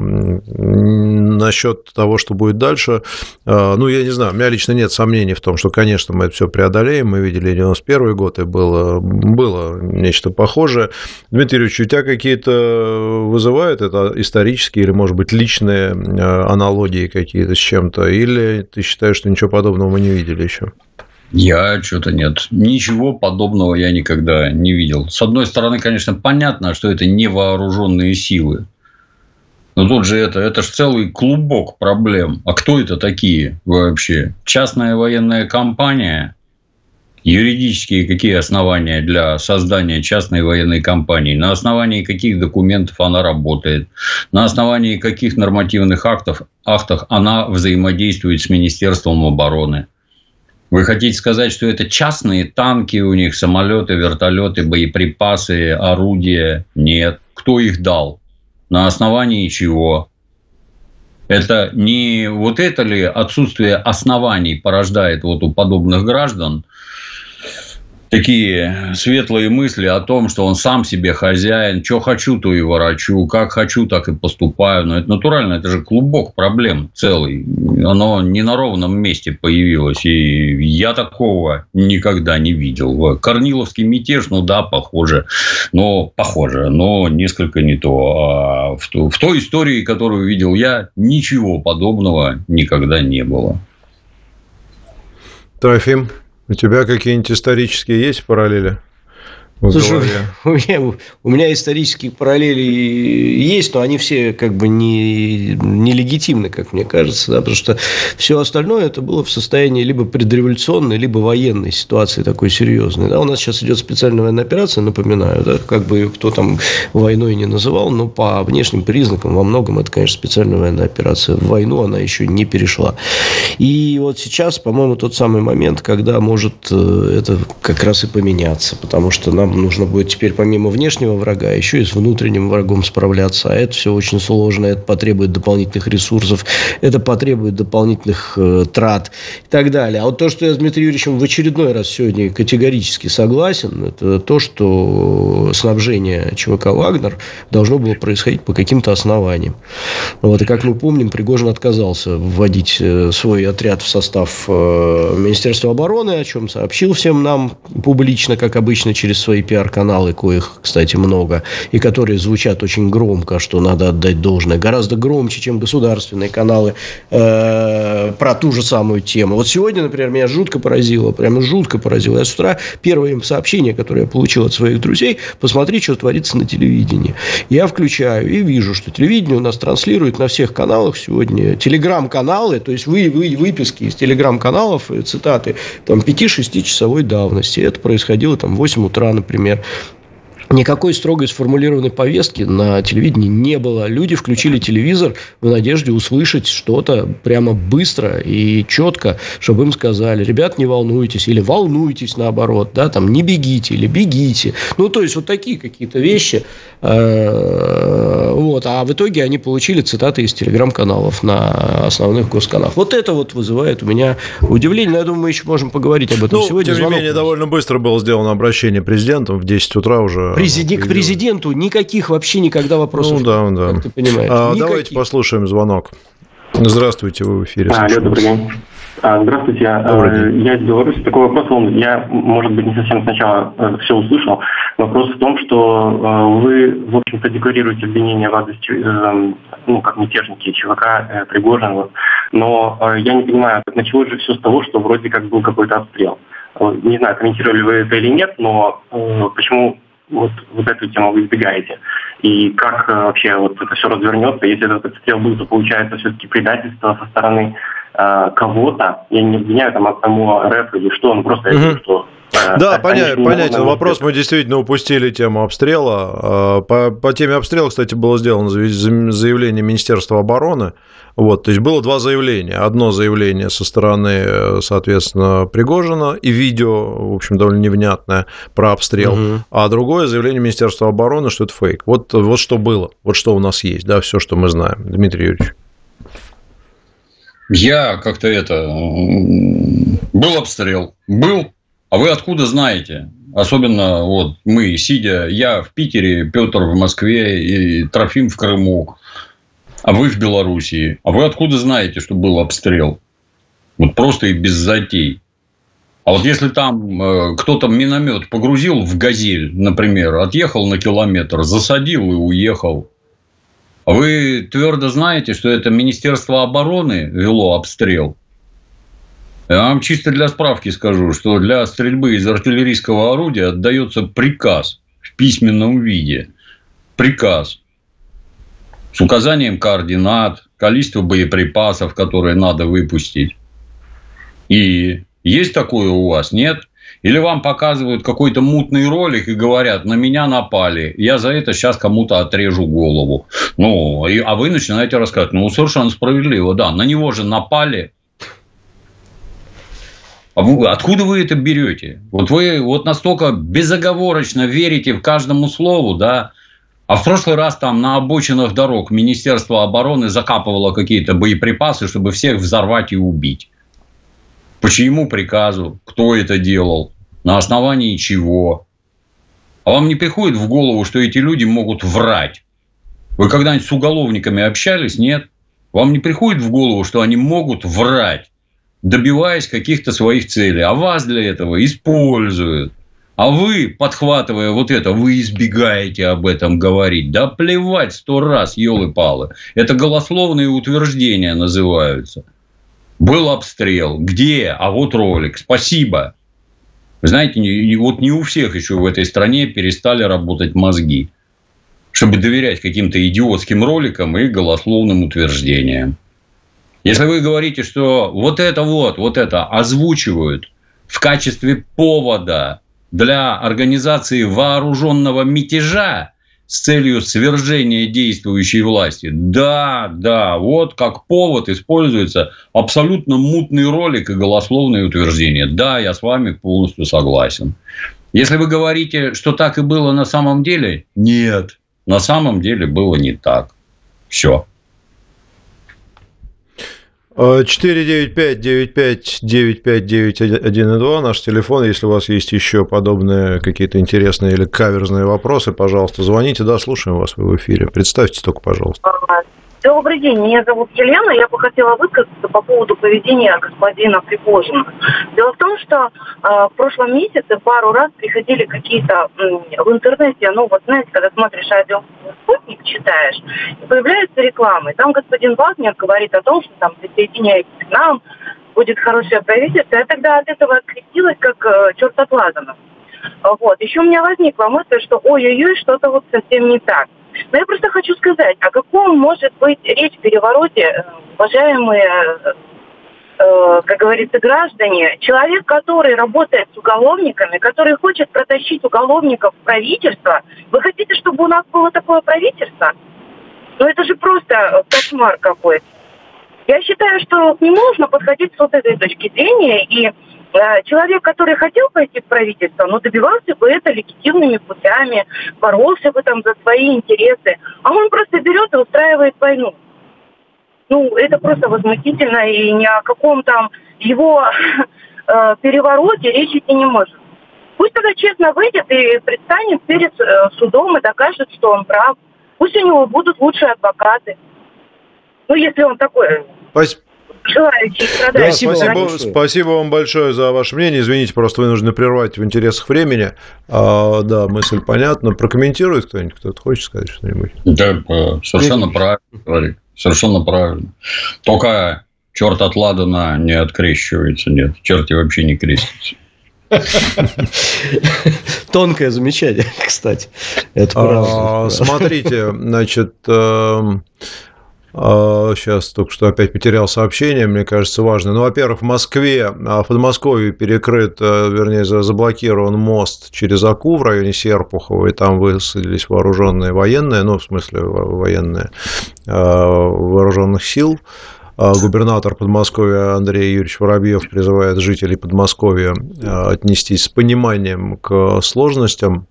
насчет того, что будет дальше, ну, я не знаю, у меня лично нет сомнений в том, что, конечно, мы это все преодолеем. Мы видели 91 год, и было нечто похожее. Дмитрий Юрьевич, у тебя какие-то вызывают это исторические или, может быть, личные аналогии какие-то с чем-то? Или ты считаешь, что ничего подобного мы не видели еще? Я что-то нет. Ничего подобного я никогда не видел. С одной стороны, конечно, понятно, что это не вооруженные силы. Но тут же это же целый клубок проблем. А кто это такие вообще? Частная военная компания? Юридические какие основания для создания частной военной компании? На основании каких документов она работает? На основании каких нормативных актов она взаимодействует с Министерством обороны? Вы хотите сказать, что это частные танки у них, самолеты, вертолеты, боеприпасы, орудия? Нет. Кто их дал? На основании чего? Это не вот это ли отсутствие оснований порождает вот у подобных граждан такие светлые мысли о том, что он сам себе хозяин, что хочу, то и ворочу, как хочу, так и поступаю. Но это натурально, это же клубок проблем целый. Оно не на ровном месте появилось. И я такого никогда не видел. Корниловский мятеж, ну да, похоже, но несколько не то. А в той истории, которую видел я, ничего подобного никогда не было. Трофим, у тебя какие-нибудь исторические есть параллели? Слушай, у меня исторические параллели есть, но они все как бы не легитимны, как мне кажется, да, потому что все остальное это было в состоянии либо предреволюционной, либо военной ситуации такой серьезной. Да. У нас сейчас идет специальная военная операция, напоминаю, да, как бы кто там войной не называл, но по внешним признакам во многом это, конечно, специальная военная операция. В войну она еще не перешла. И вот сейчас, по-моему, тот самый момент, когда может это как раз и поменяться, потому что нам нам нужно будет теперь помимо внешнего врага еще и с внутренним врагом справляться. А это все очень сложно, это потребует дополнительных ресурсов, это потребует дополнительных трат и так далее. А вот то, что я с Дмитрием Юрьевичем в очередной раз сегодня категорически согласен, это то, что снабжение ЧВК «Вагнер» должно было происходить по каким-то основаниям. Вот. И как мы помним, Пригожин отказался вводить свой отряд в состав Министерства обороны, о чем сообщил всем нам публично, как обычно, через свои пиар-каналы, коих, кстати, много, и которые звучат очень громко, что надо отдать должное, гораздо громче, чем государственные каналы про ту же самую тему. Вот сегодня, например, меня жутко поразило. Я с утра первое им сообщение, которое я получил от своих друзей: посмотри, что творится на телевидении. Я включаю и вижу, что телевидение у нас транслирует на всех каналах сегодня телеграм-каналы, то есть выписки из телеграм-каналов, цитаты там 5-6 часовой давности. Это происходило там в 8 утра, например. Никакой строго сформулированной повестки на телевидении не было. Люди включили телевизор в надежде услышать что-то прямо быстро и четко, чтобы им сказали: ребят, не волнуйтесь, или волнуйтесь наоборот, да, там, не бегите или бегите. Ну, то есть, вот такие какие-то вещи. Вот. А в итоге они получили цитаты из телеграм-каналов на основных госканалах. Вот это вот вызывает у меня удивление. Но я думаю, мы еще можем поговорить об этом сегодня. Тем не менее, довольно быстро было сделано обращение президентом в 10 утра уже. К президенту никаких вообще никогда вопросов. Ну, да. Как ты понимаешь. Давайте послушаем звонок. Здравствуйте, вы в эфире. Алло, добрый день. Здравствуйте. Я из Беларуси. Такой вопрос, я, может быть, не совсем сначала все услышал. Вопрос в том, что вы, в общем-то, декларируете обвинения в адрес, как мятежники ЧВК Пригожина. Но я не понимаю, началось же все с того, что вроде как был какой-то обстрел. Не знаю, комментировали вы это или нет, но почему вот эту тему вы избегаете? И как вообще вот это все развернется? Если этот обстрел был, то получается все-таки предательство со стороны кого-то. Я не обвиняю там саму РФ или что, просто я говорю, что... Да, понятен вопрос. Мы действительно упустили тему обстрела. По теме обстрела, кстати, было сделано заявление Министерства обороны. Вот, то есть было два заявления. Одно заявление со стороны, соответственно, Пригожина и видео, в общем, довольно невнятное про обстрел, а другое заявление Министерства обороны, что это фейк. Вот что было, вот что у нас есть, да, все, что мы знаем. Дмитрий Юрьевич. Я как-то был обстрел, а вы откуда знаете? Особенно вот мы, сидя, я в Питере, Петр в Москве и Трофим в Крыму, а вы в Белоруссии. А вы откуда знаете, что был обстрел? Вот просто и без затей. А вот если там кто-то миномет погрузил в «Газель», например, отъехал на километр, засадил и уехал. А вы твердо знаете, что это Министерство обороны вело обстрел? Я вам чисто для справки скажу, что для стрельбы из артиллерийского орудия отдается приказ в письменном виде. Приказ с указанием координат, количества боеприпасов, которые надо выпустить. И есть такое у вас? Нет? Или вам показывают какой-то мутный ролик и говорят: на меня напали, я за это сейчас кому-то отрежу голову. А вы начинаете рассказывать: совершенно справедливо, да, на него же напали. Откуда вы это берете? Вот вы настолько безоговорочно верите в каждому слову, да? А в прошлый раз там на обочинах дорог Министерство обороны закапывало какие-то боеприпасы, чтобы всех взорвать и убить. По чьему приказу? Кто это делал? На основании чего? А вам не приходит в голову, что эти люди могут врать? Вы когда-нибудь с уголовниками общались? Нет? Вам не приходит в голову, что они могут врать, добиваясь каких-то своих целей? А вас для этого используют. А вы, подхватывая вот это, вы избегаете об этом говорить. Да плевать 100 раз, елы-палы. Это голословные утверждения называются. Был обстрел. Где? А вот ролик. Спасибо. Вы знаете, вот не у всех еще в этой стране перестали работать мозги, чтобы доверять каким-то идиотским роликам и голословным утверждениям. Если вы говорите, что вот это озвучивают в качестве повода для организации вооруженного мятежа с целью свержения действующей власти, да, вот как повод используется абсолютно мутный ролик и голословные утверждения. Да, я с вами полностью согласен. Если вы говорите, что так и было на самом деле, нет. На самом деле было не так. Все. 495-95-95-91-2 наш телефон. Если у вас есть еще подобные какие-то интересные или каверзные вопросы, пожалуйста, звоните. Да, слушаем вас в эфире. Представьтесь только, пожалуйста. Добрый день, меня зовут Елена. Я бы хотела высказаться по поводу поведения господина Пригожина. Дело в том, что в прошлом месяце пару раз приходили какие-то в интернете, вот знаете, когда смотришь радио «Спутник», читаешь, и появляются рекламы. Там господин Вагнер говорит о том, что там присоединяйтесь к нам, будет хорошее правительство. Я тогда от этого открестилась, как черт от ладана. Еще у меня возникла мысль, что ой-ой-ой, что-то вот совсем не так. Но я просто хочу сказать, о каком может быть речь в перевороте, уважаемые, как говорится, граждане, человек, который работает с уголовниками, который хочет протащить уголовников в правительство. Вы хотите, чтобы у нас было такое правительство? Это же просто кошмар какой-то. Я считаю, что к нему нужно подходить с вот этой точки зрения, и человек, который хотел пойти в правительство, добивался бы это легитимными путями, боролся бы там за свои интересы, а он просто берет и устраивает войну. Это просто возмутительно, и ни о каком там его перевороте речи идти не может. Пусть тогда честно выйдет и предстанет перед судом и докажет, что он прав. Пусть у него будут лучшие адвокаты. Если он такой... желающие продать. Да, спасибо вам большое за ваше мнение. Извините, просто вынуждены прервать в интересах времени. Да, мысль понятна. Прокомментирует кто-нибудь? Кто-то хочет сказать что-нибудь? Да, совершенно правильно. Совершенно правильно. Только черт от ладана не открещивается. Нет, черти вообще не крестятся. Тонкое замечание, кстати. Это правда. Смотрите, значит... Сейчас только что опять потерял сообщение, мне кажется, важно. Во-первых, в Москве, в Подмосковье перекрыт, вернее, заблокирован мост через Аку в районе Серпухова, и там высадились вооруженные военные, в смысле военные вооруженных сил. Губернатор Подмосковья Андрей Юрьевич Воробьев призывает жителей Подмосковья отнестись с пониманием к сложностям.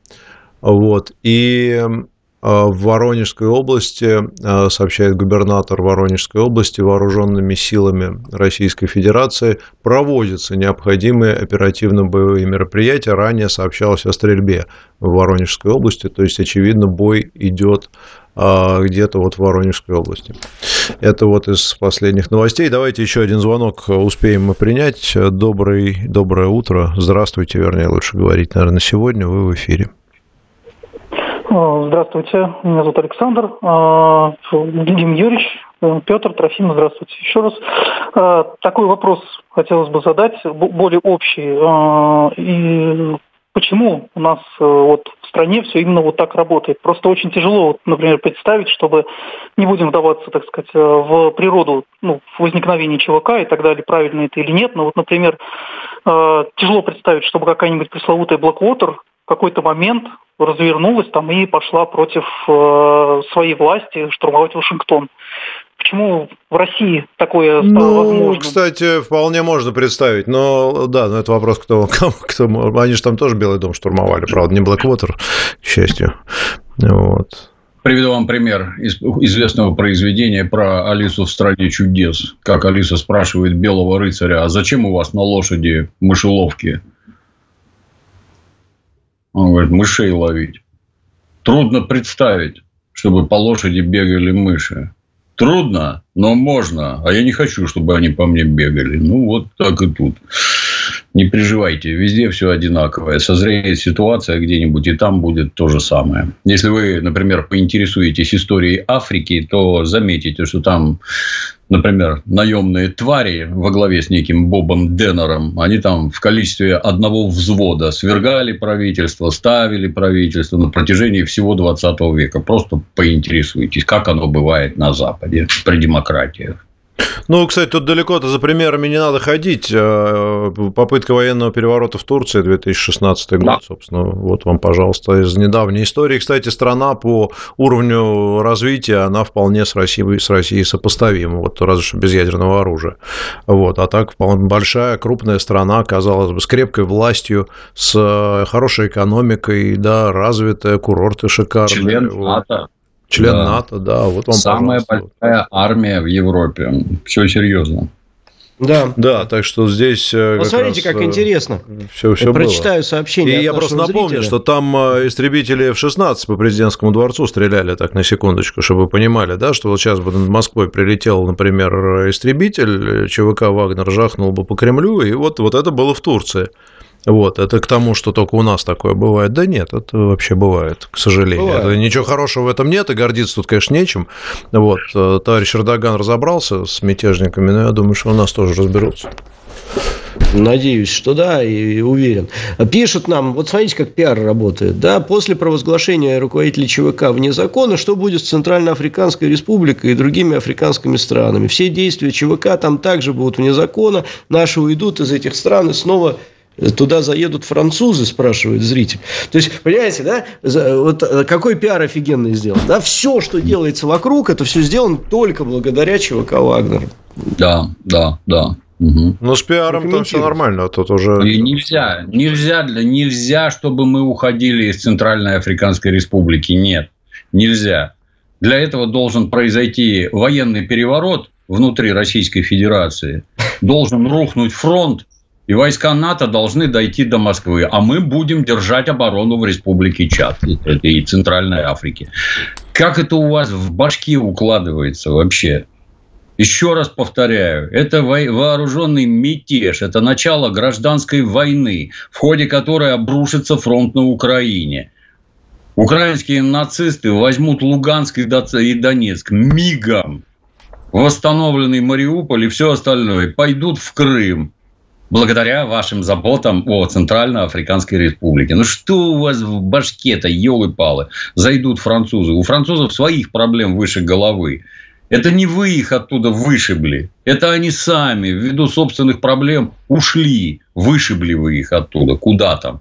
И в Воронежской области, сообщает губернатор Воронежской области, вооруженными силами Российской Федерации проводятся необходимые оперативно-боевые мероприятия. Ранее сообщалось о стрельбе в Воронежской области, то есть, очевидно, бой идет где-то в Воронежской области. Это из последних новостей. Давайте еще один звонок успеем мы принять. Доброе утро. Здравствуйте, вернее, лучше говорить, наверное, сегодня. Вы в эфире. Здравствуйте, меня зовут Александр. Владимир Юрьевич, Петр, Трофим, здравствуйте. Еще раз. Такой вопрос хотелось бы задать, более общий. И почему у нас в стране все именно так работает? Просто очень тяжело, например, представить, чтобы, не будем вдаваться, так сказать, в природу возникновения ЧВК и так далее, правильно это или нет. Но например, тяжело представить, чтобы какая-нибудь пресловутая Blackwater в какой-то момент развернулась и пошла против своей власти штурмовать Вашингтон. Почему в России такое возможно? Кстати, вполне можно представить. Но это вопрос, кто. Они же там тоже Белый дом штурмовали, правда, не Blackwater, к счастью. Приведу вам пример из известного произведения про Алису в стране чудес. Как Алиса спрашивает белого рыцаря: а зачем у вас на лошади мышеловки? Он говорит: мышей ловить. Трудно представить, чтобы по лошади бегали мыши. Трудно, но можно. А я не хочу, чтобы они по мне бегали. Так и тут. Не переживайте, везде все одинаковое. Созреет ситуация где-нибудь, и там будет то же самое. Если вы, например, поинтересуетесь историей Африки, то заметите, что там, например, наемные твари во главе с неким Бобом Деннером, они там в количестве одного взвода свергали правительство, ставили правительство на протяжении всего 20 века. Просто поинтересуйтесь, как оно бывает на Западе при демократиях. Ну, кстати, тут далеко-то за примерами не надо ходить. Попытка военного переворота в Турции, 2016 год, да. Собственно, вот вам, пожалуйста, из недавней истории. Кстати, страна по уровню развития, она вполне с Россией сопоставима, вот разве что без ядерного оружия. Вот. А так, большая, крупная страна, казалось бы, с крепкой властью, с хорошей экономикой, да, развитая, курорты шикарные. Член НАТО. Член НАТО, да. Вот вам, самая большая армия в Европе. Все серьезно. Да. Да, так что здесь... Посмотрите, как интересно. Все я прочитаю сообщение. И я просто напомню, что там истребители F-16 по президентскому дворцу стреляли, так, на секундочку, чтобы вы понимали, да, что вот сейчас бы над Москвой прилетел, например, истребитель, ЧВК «Вагнер» жахнул бы по Кремлю, и вот это было в Турции. Вот, это к тому, что только у нас такое бывает. Да нет, это вообще бывает, к сожалению. Бывает. Ничего хорошего в этом нет, и гордиться тут, конечно, нечем. Вот, товарищ Эрдоган разобрался с мятежниками, но я думаю, что у нас тоже разберутся. Надеюсь, что да, и уверен. Пишут нам, вот смотрите, как пиар работает. Да, после провозглашения руководителей ЧВК вне закона, что будет с Центральноафриканской Республикой и другими африканскими странами? Все действия ЧВК там также будут вне закона, наши уйдут из этих стран и снова... Туда заедут французы, спрашивает зритель. То есть, понимаете, да, вот какой пиар офигенный сделан. Да, все, что делается вокруг, это все сделано только благодаря ЧВК «Вагнер». Да. Угу. Но с пиаром там все нормально, а тут уже... И нельзя, чтобы мы уходили из Центральной Африканской Республики. Нет, нельзя. Для этого должен произойти военный переворот внутри Российской Федерации. Должен рухнуть фронт. И войска НАТО должны дойти до Москвы. А мы будем держать оборону в Республике Чад и Центральной Африке. Как это у вас в башке укладывается вообще? Еще раз повторяю. Это вооруженный мятеж. Это начало гражданской войны, в ходе которой обрушится фронт на Украине. Украинские нацисты возьмут Луганск и Донецк мигом. Восстановленный Мариуполь и все остальное. Пойдут в Крым. Благодаря вашим заботам о Центральноафриканской Республике. Ну, что у вас в башке-то, елы-палы? Зайдут французы. У французов своих проблем выше головы. Это не вы их оттуда вышибли. Это они сами, ввиду собственных проблем, ушли. Вышибли вы их оттуда. Куда там?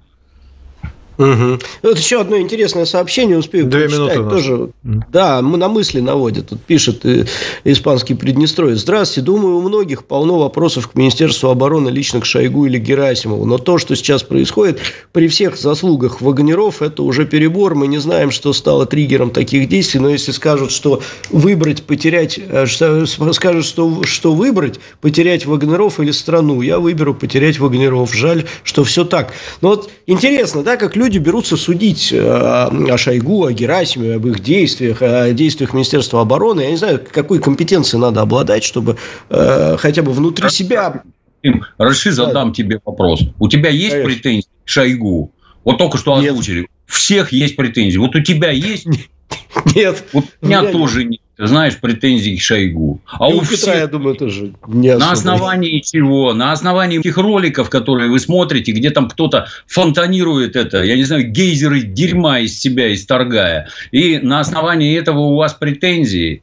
Угу. Вот еще одно интересное сообщение, успею прочитать, тоже, да, на мысли наводит. Тут пишет испанский Приднестровье. Здравствуйте, думаю, у многих полно вопросов к Министерству обороны лично к Шойгу или Герасимову, но то, что сейчас происходит, при всех заслугах вагнеров, это уже перебор. Мы не знаем, что стало триггером таких действий, но если скажут, что выбрать, потерять, скажут, что выбрать, потерять вагнеров или страну, я выберу потерять вагнеров. Жаль, что все так. Но вот интересно, да, как люди берутся судить о Шойгу, о Герасимове, об их действиях, о действиях Министерства обороны. Я не знаю, какой компетенцией надо обладать, чтобы хотя бы внутри себя... Раши, задам тебе вопрос. У тебя есть претензии к Шойгу? Вот только что озвучили. Нет. Всех есть претензии. Вот у тебя есть? Нет. Вот у меня тоже нет. Знаешь, претензий к Шойгу. А у Петра, я думаю, тоже не особо. На основании чего? На основании этих роликов, которые вы смотрите, где там кто-то фонтанирует это, я не знаю, гейзеры дерьма из себя исторгая. И на основании этого у вас претензии?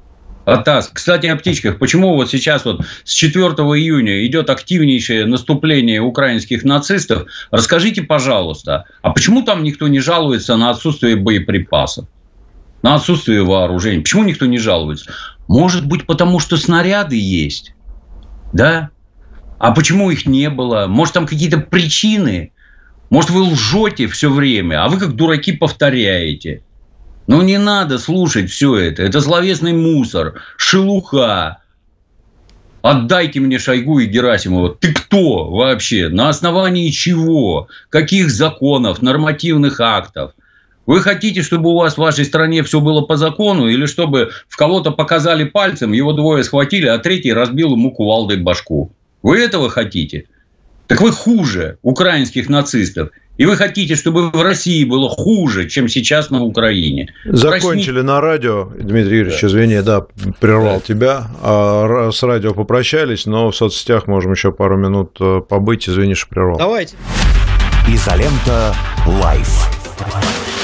Атас. Кстати, о птичках. Почему вот сейчас вот с 4 июня идет активнейшее наступление украинских нацистов? Расскажите, пожалуйста, а почему там никто не жалуется на отсутствие боеприпасов? На отсутствие вооружений. Почему никто не жалуется? Может быть, потому что снаряды есть. Да? А почему их не было? Может, там какие-то причины? Может, вы лжете все время, а вы как дураки повторяете. Ну, не надо слушать все это. Это словесный мусор, шелуха. Отдайте мне Шойгу и Герасимова. Ты кто вообще? На основании чего? Каких законов, нормативных актов? Вы хотите, чтобы у вас в вашей стране все было по закону, или чтобы в кого-то показали пальцем, его двое схватили, а третий разбил ему кувалдой башку? Вы этого хотите? Так вы хуже украинских нацистов. И вы хотите, чтобы в России было хуже, чем сейчас на Украине. Закончили на радио. Дмитрий Юрьевич, извини, прервал тебя. С радио попрощались, но в соцсетях можем еще пару минут побыть. Извини, что прервал. Давайте. Изолента Лайф.